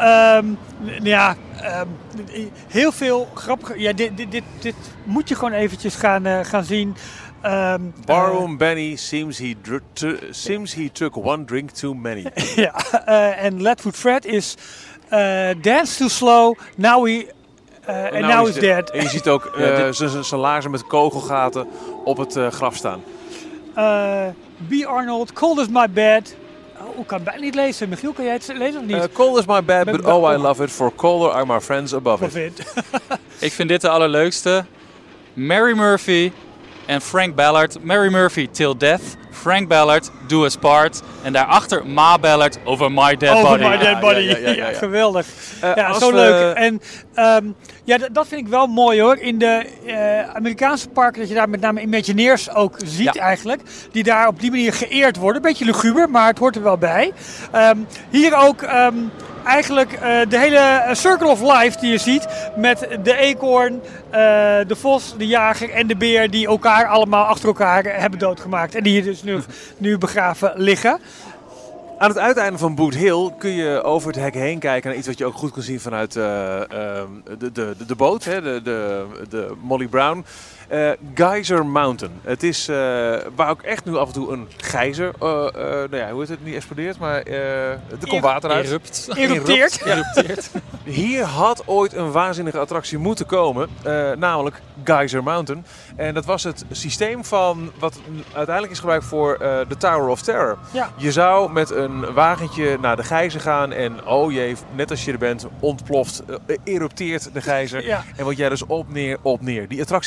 Heel veel grappige... Ja, dit moet je gewoon eventjes gaan zien. Barroom Benny seems he took one drink too many. En Leadfoot Fred is dance too slow, now he's dead. En je ziet ook zijn laarzen met kogelgaten op het graf staan. B. Arnold, Cold as my bed. Ik kan het bijna niet lezen. Michiel, kan jij het lezen of niet? Cold is my bed, but oh I love it. For colder are my friends above it. Ik vind dit de allerleukste. Mary Murphy en Frank Ballard. Mary Murphy, Till Death. Frank Ballard, Do Us Part. En daarachter Ma Ballard, Over My Dead Body. Over My Dead Body. Ja, geweldig. Zo leuk. En dat vind ik wel mooi hoor. In de Amerikaanse parken, dat je daar met name Imagineers ook ziet eigenlijk. Die daar op die manier geëerd worden. Beetje luguber, maar het hoort er wel bij. Hier ook... eigenlijk de hele Circle of Life die je ziet met de eekhoorn, de vos, de jager en de beer die elkaar allemaal achter elkaar hebben doodgemaakt. En die hier dus nu begraven liggen. Aan het uiteinde van Boot Hill kun je over het hek heen kijken naar iets wat je ook goed kan zien vanuit de boot, hè, de Molly Brown. Geyser Mountain. Het is waar ook echt nu af en toe een gijzer, hoe heet het, niet explodeert, maar er komt water uit. Erupteert. Hier had ooit een waanzinnige attractie moeten komen, namelijk Geyser Mountain. En dat was het systeem van wat uiteindelijk is gebruikt voor de Tower of Terror. Ja. Je zou met een wagentje naar de gijzer gaan en oh jee, net als je er bent, ontploft, erupteert de gijzer. Ja. En word jij dus op neer. Die attractie is er nooit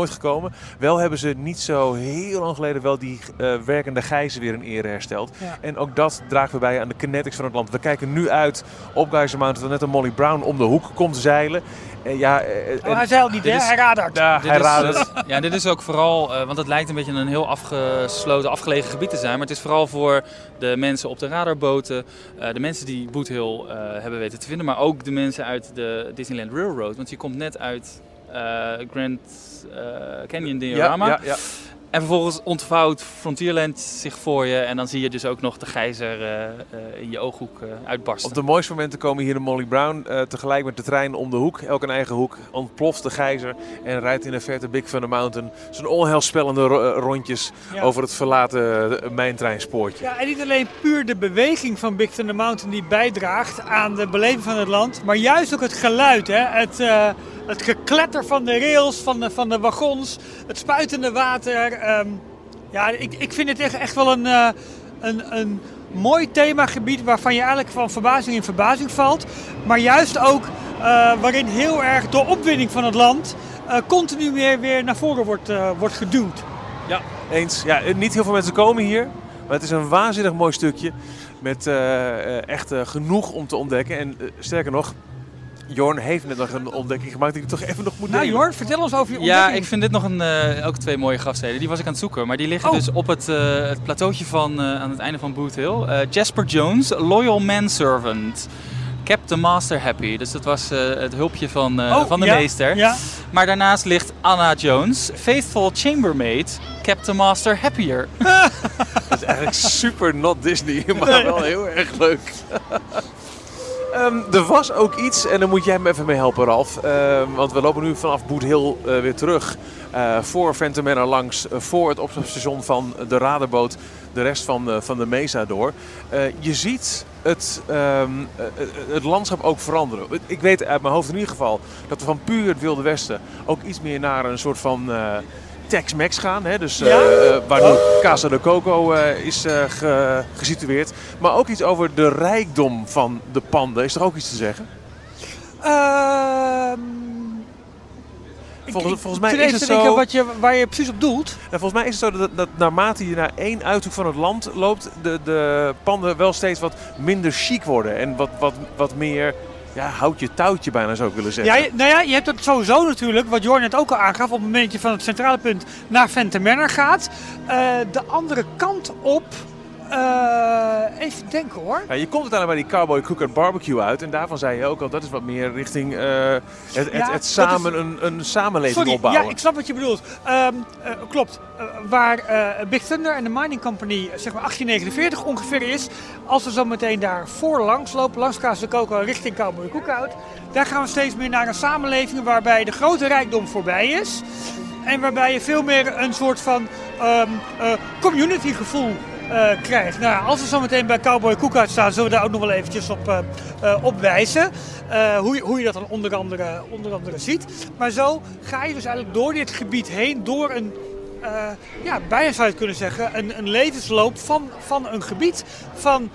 nooit gekomen. Wel hebben ze niet zo heel lang geleden wel die werkende gijzer weer in ere hersteld. Ja. En ook dat draagt weer bij aan de kinetics van het land. We kijken nu uit op Geyser Mountain, terwijl net een Molly Brown om de hoek komt zeilen. Hij zeilt niet, hè? Hij radart. Ja, hij radert. Dit is ook vooral, want het lijkt een beetje een heel afgesloten, afgelegen gebied te zijn. Maar het is vooral voor de mensen op de radarboten, de mensen die Boot Hill hebben weten te vinden. Maar ook de mensen uit de Disneyland Railroad. Want je komt net uit Grand Canyon diorama. Ja. En vervolgens ontvouwt Frontierland zich voor je en dan zie je dus ook nog de gijzer in je ooghoek uitbarsten. Op de mooiste momenten komen hier de Molly Brown tegelijk met de trein om de hoek. Elk een eigen hoek, ontploft de gijzer en rijdt in de verte Big Thunder Mountain zijn onheilspellende rondjes over het verlaten mijntreinspoortje. Ja, en niet alleen puur de beweging van Big Thunder Mountain die bijdraagt aan de beleving van het land, maar juist ook het geluid, hè? Het gekletter van de rails, van de wagons, het spuitende water. Ik vind het echt wel een mooi themagebied waarvan je eigenlijk van verbazing in verbazing valt. Maar juist ook waarin heel erg de opwinding van het land continu weer naar voren wordt geduwd. Ja, eens. Ja, niet heel veel mensen komen hier, maar het is een waanzinnig mooi stukje met echt genoeg om te ontdekken. En sterker nog, Jorn heeft net nog een ontdekking gemaakt die ik toch even nog moet delen. Jorn, vertel ons over je ontdekking. Ja, ik vind dit nog ook 2 mooie grafsteden. Die was ik aan het zoeken. Maar die liggen dus op het plateautje aan het einde van Boot Hill. Jasper Jones, Loyal Manservant. Kept the Master Happy. Dus dat was het hulpje van de meester. Ja. Maar daarnaast ligt Anna Jones, Faithful Chambermaid. Kept the Master Happier. Dat is eigenlijk super not Disney, maar wel heel erg leuk. Er was ook iets, en daar moet jij me even mee helpen, Ralf. Want we lopen nu vanaf Boot Hill weer terug. Voor Phantom Manor langs, voor het opstapstation van de radarboot, de rest van de Mesa door. Je ziet het landschap ook veranderen. Ik weet uit mijn hoofd in ieder geval dat we van puur het Wilde Westen ook iets meer naar een soort van Tex-Mex gaan. Hè? Dus, waar nu Casa de Coco is gesitueerd. Maar ook iets over de rijkdom van de panden. Is er ook iets te zeggen? Volgens mij is het zo. Waar je precies op doelt. Volgens mij is het zo dat naarmate je naar één uithoek van het land loopt, de panden wel steeds wat minder chic worden. En wat meer houtje touwtje bijna zou ik willen zeggen. Ja, je hebt dat sowieso natuurlijk, wat Jorn net ook al aangaf, op het moment dat je van het centrale punt naar Phantom Manor gaat. De andere kant op. Even denken hoor. Ja, je komt uiteindelijk bij die Cowboy Cookout Barbecue uit. En daarvan zei je ook al, dat is wat meer richting het samen een samenleving opbouwen. Ja, ik snap wat je bedoelt. Klopt. Waar Big Thunder en de Mining Company zeg maar 1849 ongeveer is. Als we zo meteen daar voorlangs lopen, langs Casa de Coco richting Cowboy Cookout. Daar gaan we steeds meer naar een samenleving waarbij de grote rijkdom voorbij is. En waarbij je veel meer een soort van community gevoel krijgt. Nou, als we zo meteen bij Cowboy Cookout staan, zullen we daar ook nog wel eventjes op wijzen. Hoe je dat dan onder andere ziet. Maar zo ga je dus eigenlijk door dit gebied heen, door een, bijna zou je kunnen zeggen, een levensloop van een gebied. Van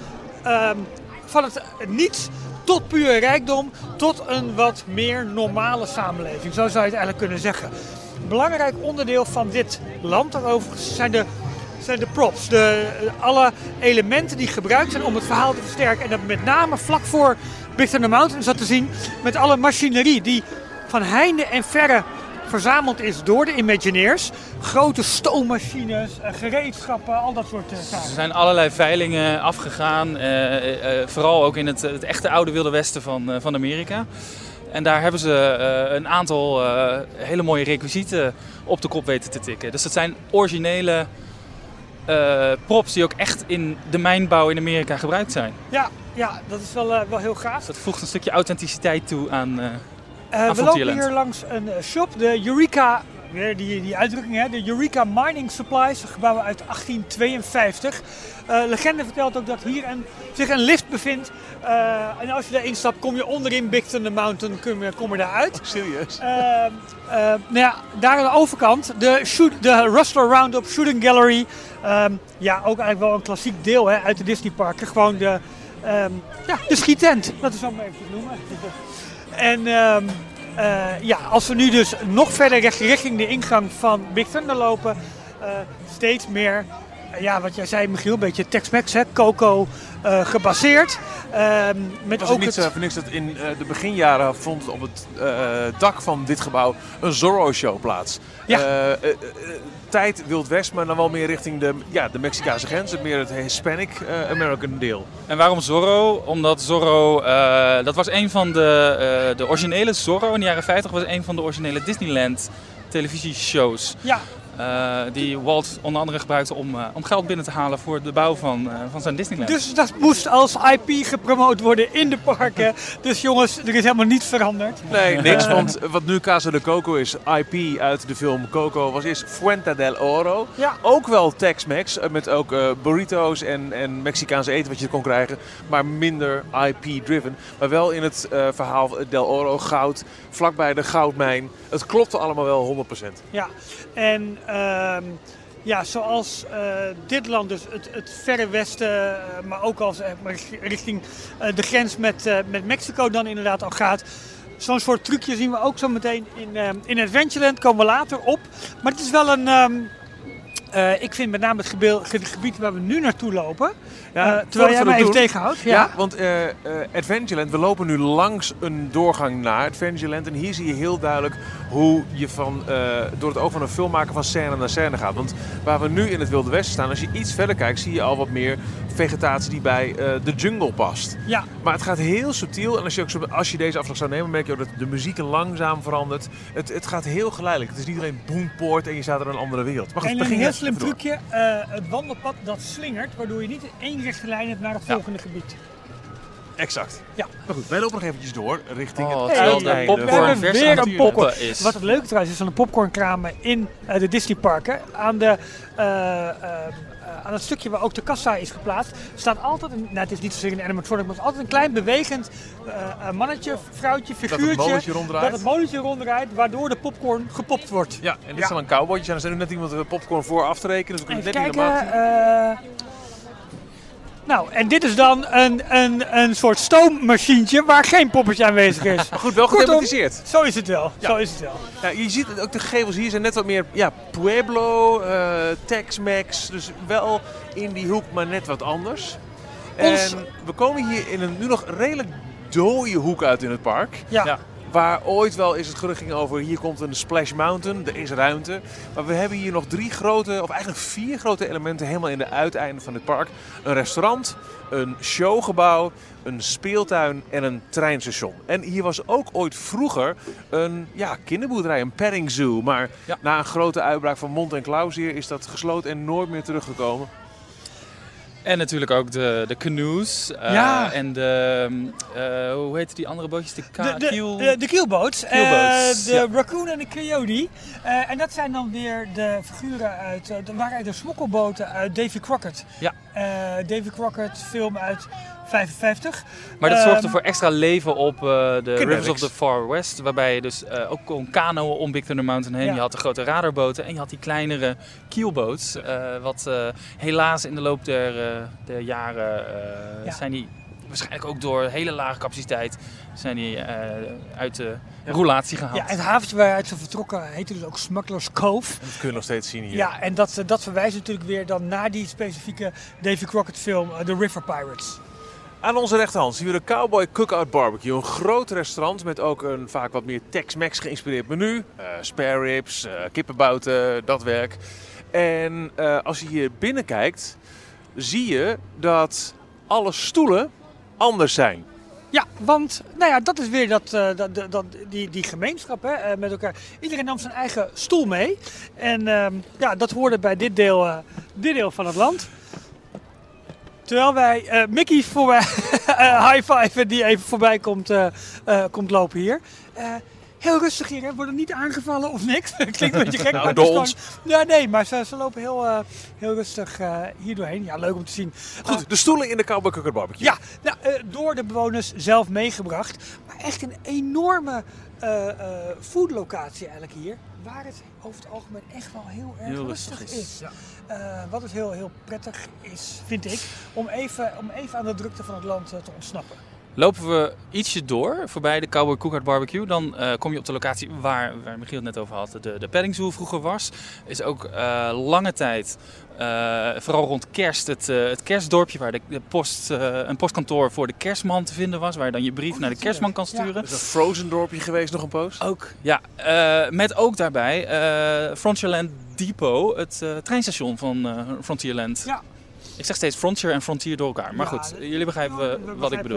het niets tot pure rijkdom, tot een wat meer normale samenleving. Zo zou je het eigenlijk kunnen zeggen. Een belangrijk onderdeel van dit land overigens zijn de props. Alle elementen die gebruikt zijn om het verhaal te versterken. En dat met name vlak voor Big Thunder Mountain is dat te zien met alle machinerie die van heinde en verre verzameld is door de Imagineers. Grote stoommachines, gereedschappen, al dat soort zaken. Er zijn allerlei veilingen afgegaan. Vooral ook in het echte oude Wilde Westen van Amerika. En daar hebben ze een aantal hele mooie requisieten op de kop weten te tikken. Dus dat zijn originele props die ook echt in de mijnbouw in Amerika gebruikt zijn. Ja, dat is wel heel gaaf. Dat voegt een stukje authenticiteit toe aan we lopen hier langs een shop, de Eureka, weer die uitdrukking, hè, de Eureka Mining Supplies, gebouw uit 1852. Legende vertelt ook dat hier zich een lift bevindt. En als je daarin stapt, kom je onderin Big Thunder Mountain, kom je daar uit. Serieus? Daar aan de overkant, de Rustler Roundup Shooting Gallery. Ook eigenlijk wel een klassiek deel uit de Disney parken. Gewoon de schiettent, dat is zo maar even noemen. En Als we nu dus nog verder richting de ingang van Big Thunder lopen, steeds meer, wat jij zei Michiel, een beetje Tex-Mex, hè, Coco gebaseerd. Met Was ook het niet voor niks dat in de beginjaren vond op het dak van dit gebouw een Zorro-show plaats. Ja. Tijd Wild West, maar dan wel meer richting de Mexicaanse grens, meer het Hispanic American deel. En waarom Zorro? Omdat Zorro, dat was een van de originele Zorro in de jaren 50, was een van de originele Disneyland televisieshows. Ja. Die Walt onder andere gebruikte om geld binnen te halen voor de bouw van zijn Disneyland. Dus dat moest als IP gepromoot worden in de parken. Dus jongens, er is helemaal niets veranderd. Nee, niks, want wat nu Casa de Coco is, IP uit de film Coco, was eerst Fuente del Oro. Ja. Ook wel Tex-Mex, met ook burritos en Mexicaanse eten wat je kon krijgen, maar minder IP-driven. Maar wel in het verhaal Del Oro, goud, vlakbij de goudmijn. Het klopte allemaal wel 100%. Ja, en zoals dit land, dus het verre westen, maar ook als richting de grens met Mexico dan inderdaad al gaat. Zo'n soort trucje zien we ook zo meteen in Adventureland, komen we later op. Maar het is wel een, ik vind met name het gebied waar we nu naartoe lopen, terwijl jij mij even tegenhoudt. Ja, want Adventureland, we lopen nu langs een doorgang naar Adventureland. En hier zie je heel duidelijk hoe je door het oog van een filmmaker van scène naar scène gaat. Want waar we nu in het Wilde Westen staan, als je iets verder kijkt, zie je al wat meer vegetatie die bij de jungle past. Ja. Maar het gaat heel subtiel. En als je deze afslag zou nemen, merk je ook dat de muziek langzaam verandert. Het gaat heel geleidelijk. Het is niet alleen boompoort en je staat er in een andere wereld. Maar goed, En een heel slim trucje, het wandelpad dat slingert, waardoor je niet in één rechte lijn hebt naar het volgende gebied. Exact. Ja. Maar goed, wij lopen nog eventjes door richting het terwijl de uiteinde. we hebben vers weer aan een het popcorn. poppen is. Wat het leuke trouwens is van de popcornkramen in de Disneyparken. Aan het stukje waar ook de kassa is geplaatst, staat altijd het is niet zozeer een animatronic, maar het is altijd een klein bewegend mannetje, vrouwtje, figuurtje. Dat het molletje ronddraait, waardoor de popcorn gepopt wordt. Ja, en dit zijn dan cowboytjes en er zijn nu net iemand popcorn voor af te rekenen, dus we kunnen Even net niet kijken. normaal zien. En dit is dan een soort stoommachientje waar geen poppetje aanwezig is. Maar goed, wel Kortom, gethematiseerd. Zo is het wel. Ja. Zo is het wel. Ja, je ziet ook de gevels hier zijn net wat meer Pueblo, Tex-Mex, dus wel in die hoek, maar net wat anders. En we komen hier in een nu nog redelijk dode hoek uit in het park. Ja. Waar ooit wel eens het gerucht ging over, hier komt een Splash Mountain, er is ruimte. Maar we hebben hier nog 4 grote elementen helemaal in de uiteinden van het park. Een restaurant, een showgebouw, een speeltuin en een treinstation. En hier was ook ooit vroeger een kinderboerderij, een petting zoo. Maar na een grote uitbraak van mond- en klauwzeer is dat gesloten en nooit meer teruggekomen. En natuurlijk ook de canoes. En hoe heet die andere bootjes? De keelboats. De Raccoon en de Coyote. En dat zijn dan weer de figuren uit, de smokkelboten uit Davy Crockett. Ja. Davy Crockett, film uit 55. Maar dat zorgde voor extra leven op de Rivers of the Far West. Waarbij je dus ook kon kanoën om Big Thunder Mountain heen. Ja. Je had de grote radarboten en je had die kleinere keelboats. Wat helaas in de loop der jaren zijn die waarschijnlijk ook door hele lage capaciteit zijn die uit de roulatie gehaald. Ja, het haventje waaruit ze vertrokken heette dus ook Smuggler's Cove. Dat kun je nog steeds zien hier. Ja, en dat verwijst natuurlijk weer dan naar die specifieke Davy Crockett film The River Pirates. Aan onze rechterhand zien we de Cowboy Cookout Barbecue. Een groot restaurant met ook een vaak wat meer Tex-Mex geïnspireerd menu. Spare ribs, kippenbouten, dat werk. En als je hier binnen kijkt, zie je dat alle stoelen anders zijn. Ja, want dat is weer die gemeenschap met elkaar. Iedereen nam zijn eigen stoel mee. En dat hoorde bij dit deel van het land. Terwijl wij Mickey voorbij high-five die even voorbij komt lopen hier. Heel rustig hier, hè? Worden niet aangevallen of niks. Klinkt een beetje gek. Nou, door ons. Ja, nee, maar ze lopen heel rustig hier doorheen. Ja, leuk om te zien. Goed, de stoelen in de Cowboy Cookout Barbecue. Ja, door de bewoners zelf meegebracht. Maar echt een enorme foodlocatie eigenlijk hier. Waar het over het algemeen echt wel heel erg rustig is. Ja. Wat dus heel, heel prettig is, vind ik, om even aan de drukte van het land te ontsnappen. Lopen we ietsje door, voorbij de Cowboy Cookout Barbecue, dan kom je op de locatie waar Michiel het net over had, de Petting Zoo vroeger was. Is ook lange tijd, vooral rond kerst, het kerstdorpje waar een postkantoor voor de kerstman te vinden was. Waar je dan je brief naar de kerstman kan sturen. Is dat Frozen dorpje geweest nog een poos? Ook, ja. Met ook daarbij Frontierland Depot, het treinstation van Frontierland. Ja. Ik zeg steeds Frontier en Frontier door elkaar. Maar goed, jullie begrijpen wat ik bedoel.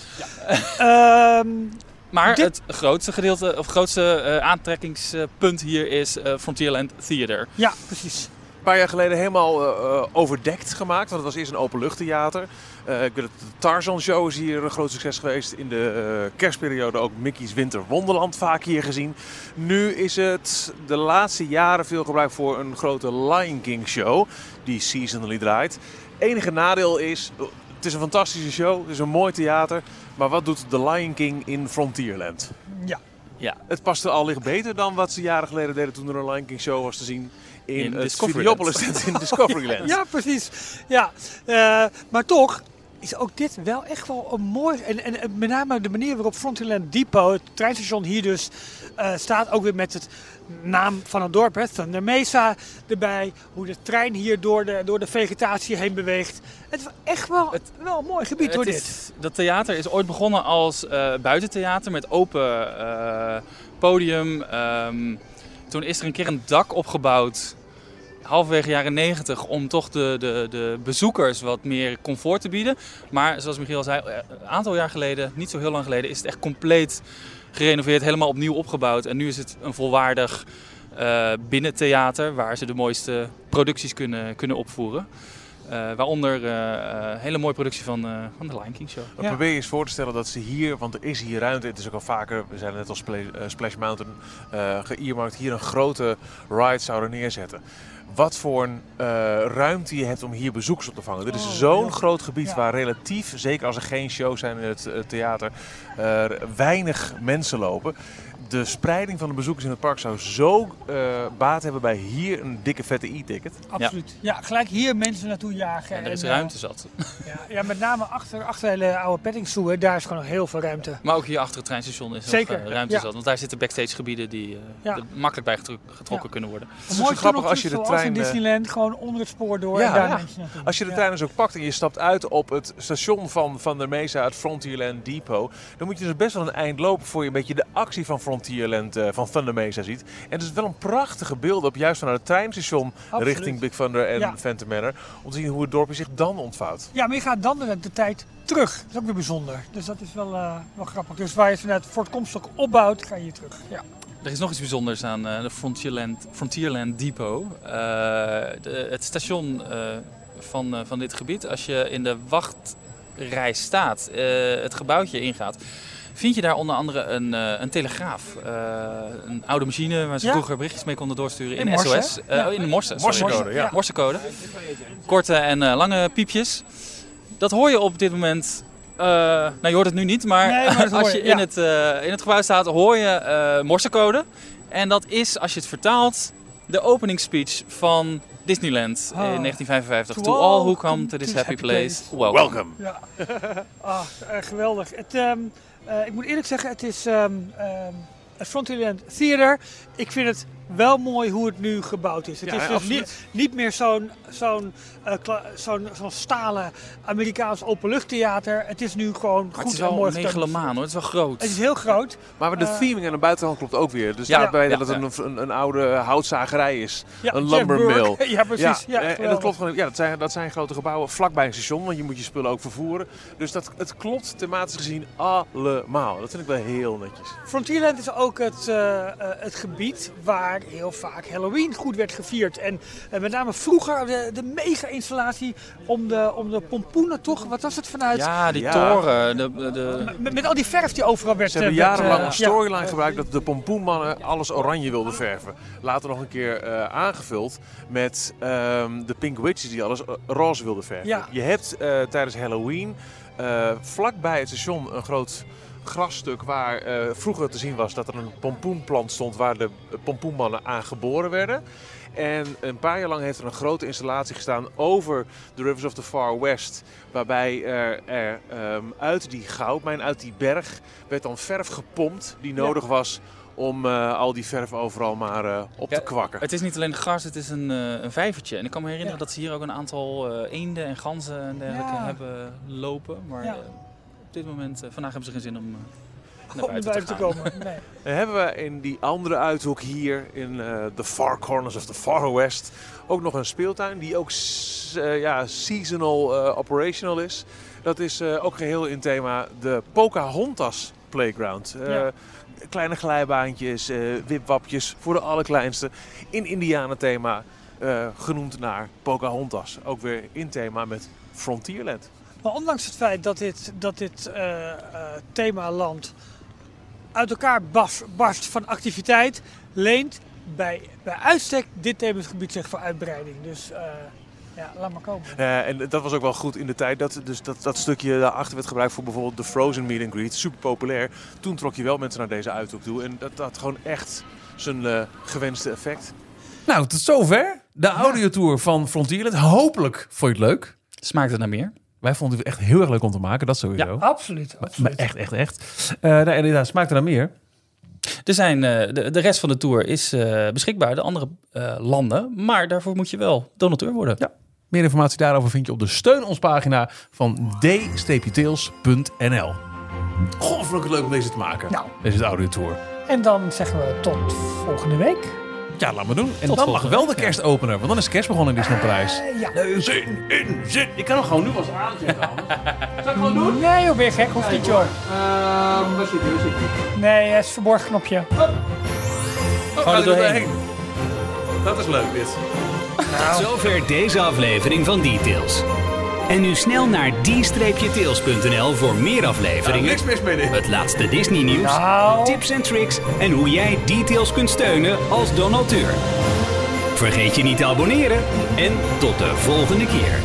Maar het grootste gedeelte, of grootste aantrekkingspunt hier is Frontierland Theater. Ja, precies. Een paar jaar geleden helemaal overdekt gemaakt, want het was eerst een openluchttheater. Ik weet dat de Tarzan Show is hier een groot succes geweest. In de kerstperiode ook Mickey's Winter Wonderland vaak hier gezien. Nu is het de laatste jaren veel gebruikt voor een grote Lion King show die seasonally draait. Enige nadeel is, het is een fantastische show, het is een mooi theater. Maar wat doet The Lion King in Frontierland? Ja. Het paste al licht beter dan wat ze jaren geleden deden toen er een Lion King show was te zien in het Discoveryland. Videopolis in Discoveryland. Ja, precies. Ja, maar toch is ook dit wel echt wel een mooi... En met name de manier waarop Frontierland Depot, het treinstation hier dus, staat. Ook weer met het naam van het dorp, hè, Thunder Mesa erbij. Hoe de trein hier door de vegetatie heen beweegt. Het is echt wel een mooi gebied hoor dit. Dat theater is ooit begonnen als buitentheater met open podium. Toen is er een keer een dak opgebouwd, halverwege jaren 90, om toch de bezoekers wat meer comfort te bieden. Maar zoals Michiel al zei, een aantal jaar geleden, niet zo heel lang geleden, is het echt compleet gerenoveerd, helemaal opnieuw opgebouwd. En nu is het een volwaardig binnentheater waar ze de mooiste producties kunnen opvoeren. Waaronder een hele mooie productie van de Lion King Show. Maar probeer je eens voor te stellen dat ze hier, want er is hier ruimte, het is ook al vaker, we zijn net als Splash Mountain geëarmarkt, hier een grote ride zouden neerzetten. Wat voor een ruimte je hebt om hier bezoekers op te vangen. Dit is zo'n groot gebied waar relatief, zeker als er geen shows zijn in het theater, weinig mensen lopen. De spreiding van de bezoekers in het park zou zo baat hebben bij hier een dikke vette e-ticket. Absoluut. Ja, gelijk hier mensen naartoe jagen. En er is ruimte zat. Ja, met name achter de hele oude Petting Zoo, daar is gewoon nog heel veel ruimte. Maar ook hier achter het treinstation is Zeker. nog ruimte zat. Want daar zitten backstage gebieden die er makkelijk bij getrokken kunnen worden. Het is zo grappig als je de trein... in Disneyland, gewoon onder het spoor door Ja, en daar ja. mensen naartoe. Als je de trein dus ook pakt en je stapt uit op het station van de Mesa, het Frontierland Depot, dan moet je dus best wel een eind lopen voor je een beetje de actie van Frontierland, van Thunder Mesa ziet. En het is wel een prachtige beeld op juist vanuit het treinstation richting Big Thunder en Phantom Manor, om te zien hoe het dorpje zich dan ontvouwt. Ja, maar je gaat dan de tijd terug. Dat is ook weer bijzonder. Dus dat is wel grappig. Dus waar je vanuit Fort Comstock opbouwt, ga je hier terug. Ja. Er is nog iets bijzonders aan de Frontierland Depot. Het station van dit gebied, als je in de wachtrij staat, het gebouwtje ingaat, vind je daar onder andere een telegraaf. Een oude machine waar ze vroeger berichtjes mee konden doorsturen in Morse, SOS. In de Morse. Morsecode, ja. Morsecode. Korte en lange piepjes. Dat hoor je op dit moment. Nou, je hoort het nu niet, maar als je in het gebouw staat, hoor je Morsecode. En dat is, als je het vertaalt, de opening speech van Disneyland in 1955. To all who come to this happy place, welcome. Ja. Geweldig. Ik moet eerlijk zeggen, het is het Frontierland Theater. Ik vind het wel mooi hoe het nu gebouwd is. Het is dus niet meer zo'n stalen Amerikaans openluchttheater. Het is nu gewoon goed en mooi. Het is wel megalomaan hoor, het is wel groot. Het is heel groot. Maar de theming aan de buitenkant klopt ook weer. Dus dat het een oude houtzagerij is. Een lumbermill. Ja, precies. Ja, en dat klopt gewoon. Ja, dat zijn grote gebouwen vlakbij een station, want je moet je spullen ook vervoeren. Dus het klopt thematisch gezien allemaal. Dat vind ik wel heel netjes. Frontierland is ook het gebied waar heel vaak Halloween goed werd gevierd. En met name vroeger de mega-installatie om de pompoenen toch? Wat was het vanuit? Ja, die toren. Met al die verf die overal werd... Ze hebben jarenlang een storyline gebruikt dat de pompoenmannen alles oranje wilden verven. Later nog een keer aangevuld met de Pink Witches die alles roze wilden verven. Ja. Je hebt tijdens Halloween vlakbij het station een groot grasstuk waar vroeger te zien was dat er een pompoenplant stond waar de pompoenmannen aan geboren werden. En een paar jaar lang heeft er een grote installatie gestaan over The Rivers of the Far West. Waarbij er uit die goudmijn, uit die berg, werd dan verf gepompt die nodig was om al die verf overal maar op te kwakken. Het is niet alleen gas, het is een vijvertje. En ik kan me herinneren dat ze hier ook een aantal eenden en ganzen en dergelijke hebben lopen. Maar op dit moment, vandaag hebben ze geen zin om naar buiten te komen. Nee. Dan hebben we in die andere uithoek hier in the Far Corners of the Far West ook nog een speeltuin die ook seasonal operational is. Dat is ook geheel in thema de Pocahontas Playground. Kleine glijbaantjes, wipwapjes voor de allerkleinste. In Indianenthema genoemd naar Pocahontas. Ook weer in thema met Frontierland. Maar ondanks het feit dat dit themaland uit elkaar barst van activiteit, leent bij uitstek dit themagebied zich voor uitbreiding. Dus laat maar komen. En dat was ook wel goed in de tijd dat stukje daarachter werd gebruikt voor bijvoorbeeld de Frozen Meet and Greet. Super populair. Toen trok je wel mensen naar deze uithoek toe. En dat had gewoon echt zijn gewenste effect. Nou, tot zover. De audiotour van Frontierland. Hopelijk vond je het leuk. Smaakt het naar meer? Wij vonden het echt heel erg leuk om te maken, dat sowieso. Ja, absoluut. Maar echt. Inderdaad, smaakt er naar meer? Er zijn, de rest van de tour is beschikbaar, de andere landen. Maar daarvoor moet je wel donateur worden. Ja. Meer informatie daarover vind je op de Steun ons pagina van d-tails.nl. Goh, vond ik het leuk om deze te maken. Nou. Deze audiotour. En dan zeggen we tot volgende week. Ja, laat maar doen. En Tot dan mag volgende wel de kerstopener, want dan is kerst begonnen in Disneyprijs. Zin. Ik kan hem gewoon nu als aanzetten. Zal ik gewoon doen? Nee joh, ben je gek? Hoeft niet joh. Waar zit hij? Nee, het is een verborgen knopje. Gewoon er doorheen. Dat is leuk dit. Tot zover deze aflevering van Details. En nu snel naar d-tails.nl voor meer afleveringen. Niks mis mee dit. Het laatste Disney nieuws, Nou. tips en tricks en hoe jij Details kunt steunen als donateur. Vergeet je niet te abonneren en tot de volgende keer.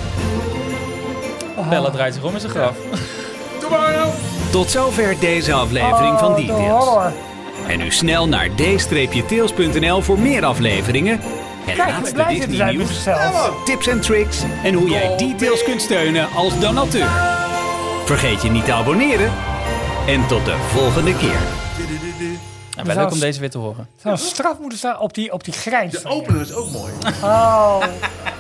Bella draait zich om in zijn graf. Doe maar nou. Tot zover deze aflevering van de Details. horror. En nu snel naar d-tails.nl voor meer afleveringen. Het Kijk, laatste blij zitten Disney zijn met nieuws, zichzelf. tips en tricks en hoe jij Details kunt steunen als donateur. Vergeet je niet te abonneren en tot de volgende keer. En wel leuk om deze weer te horen. Zou een straf moeten staan op die grijns. De opener is ook mooi. Oh.